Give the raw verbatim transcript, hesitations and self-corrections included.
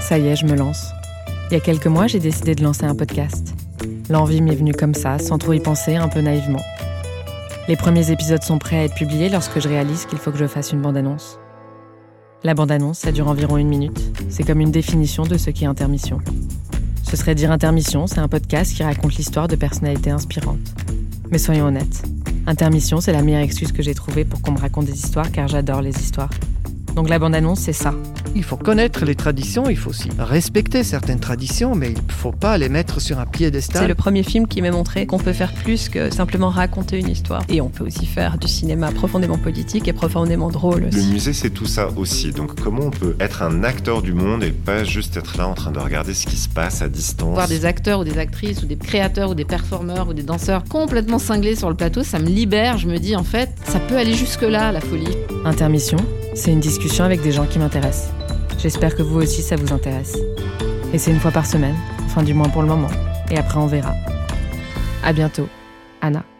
Ça y est, je me lance. Il y a quelques mois, j'ai décidé de lancer un podcast. L'envie m'est venue comme ça, sans trop y penser, un peu naïvement. Les premiers épisodes sont prêts à être publiés lorsque je réalise qu'il faut que je fasse une bande-annonce. La bande-annonce, ça dure environ une minute. C'est comme une définition de ce qu'est Intermission. Ce serait dire Intermission, c'est un podcast qui raconte l'histoire de personnalités inspirantes. Mais soyons honnêtes, Intermission, c'est la meilleure excuse que j'ai trouvée pour qu'on me raconte des histoires, car j'adore les histoires. Donc la bande-annonce, c'est ça. Il faut connaître les traditions, il faut aussi respecter certaines traditions, mais il ne faut pas les mettre sur un piédestal. C'est le premier film qui m'a montré qu'on peut faire plus que simplement raconter une histoire. Et on peut aussi faire du cinéma profondément politique et profondément drôle aussi. Le musée, c'est tout ça aussi. Donc comment on peut être un acteur du monde et pas juste être là en train de regarder ce qui se passe à distance. Voir des acteurs ou des actrices ou des créateurs ou des performeurs ou des danseurs complètement cinglés sur le plateau, ça me libère. Je me dis, en fait, ça peut aller jusque-là, la folie. Intermission, c'est une discussion avec des gens qui m'intéressent. J'espère que vous aussi, ça vous intéresse. Et c'est une fois par semaine, enfin du moins pour le moment. Et après, on verra. À bientôt. Anna.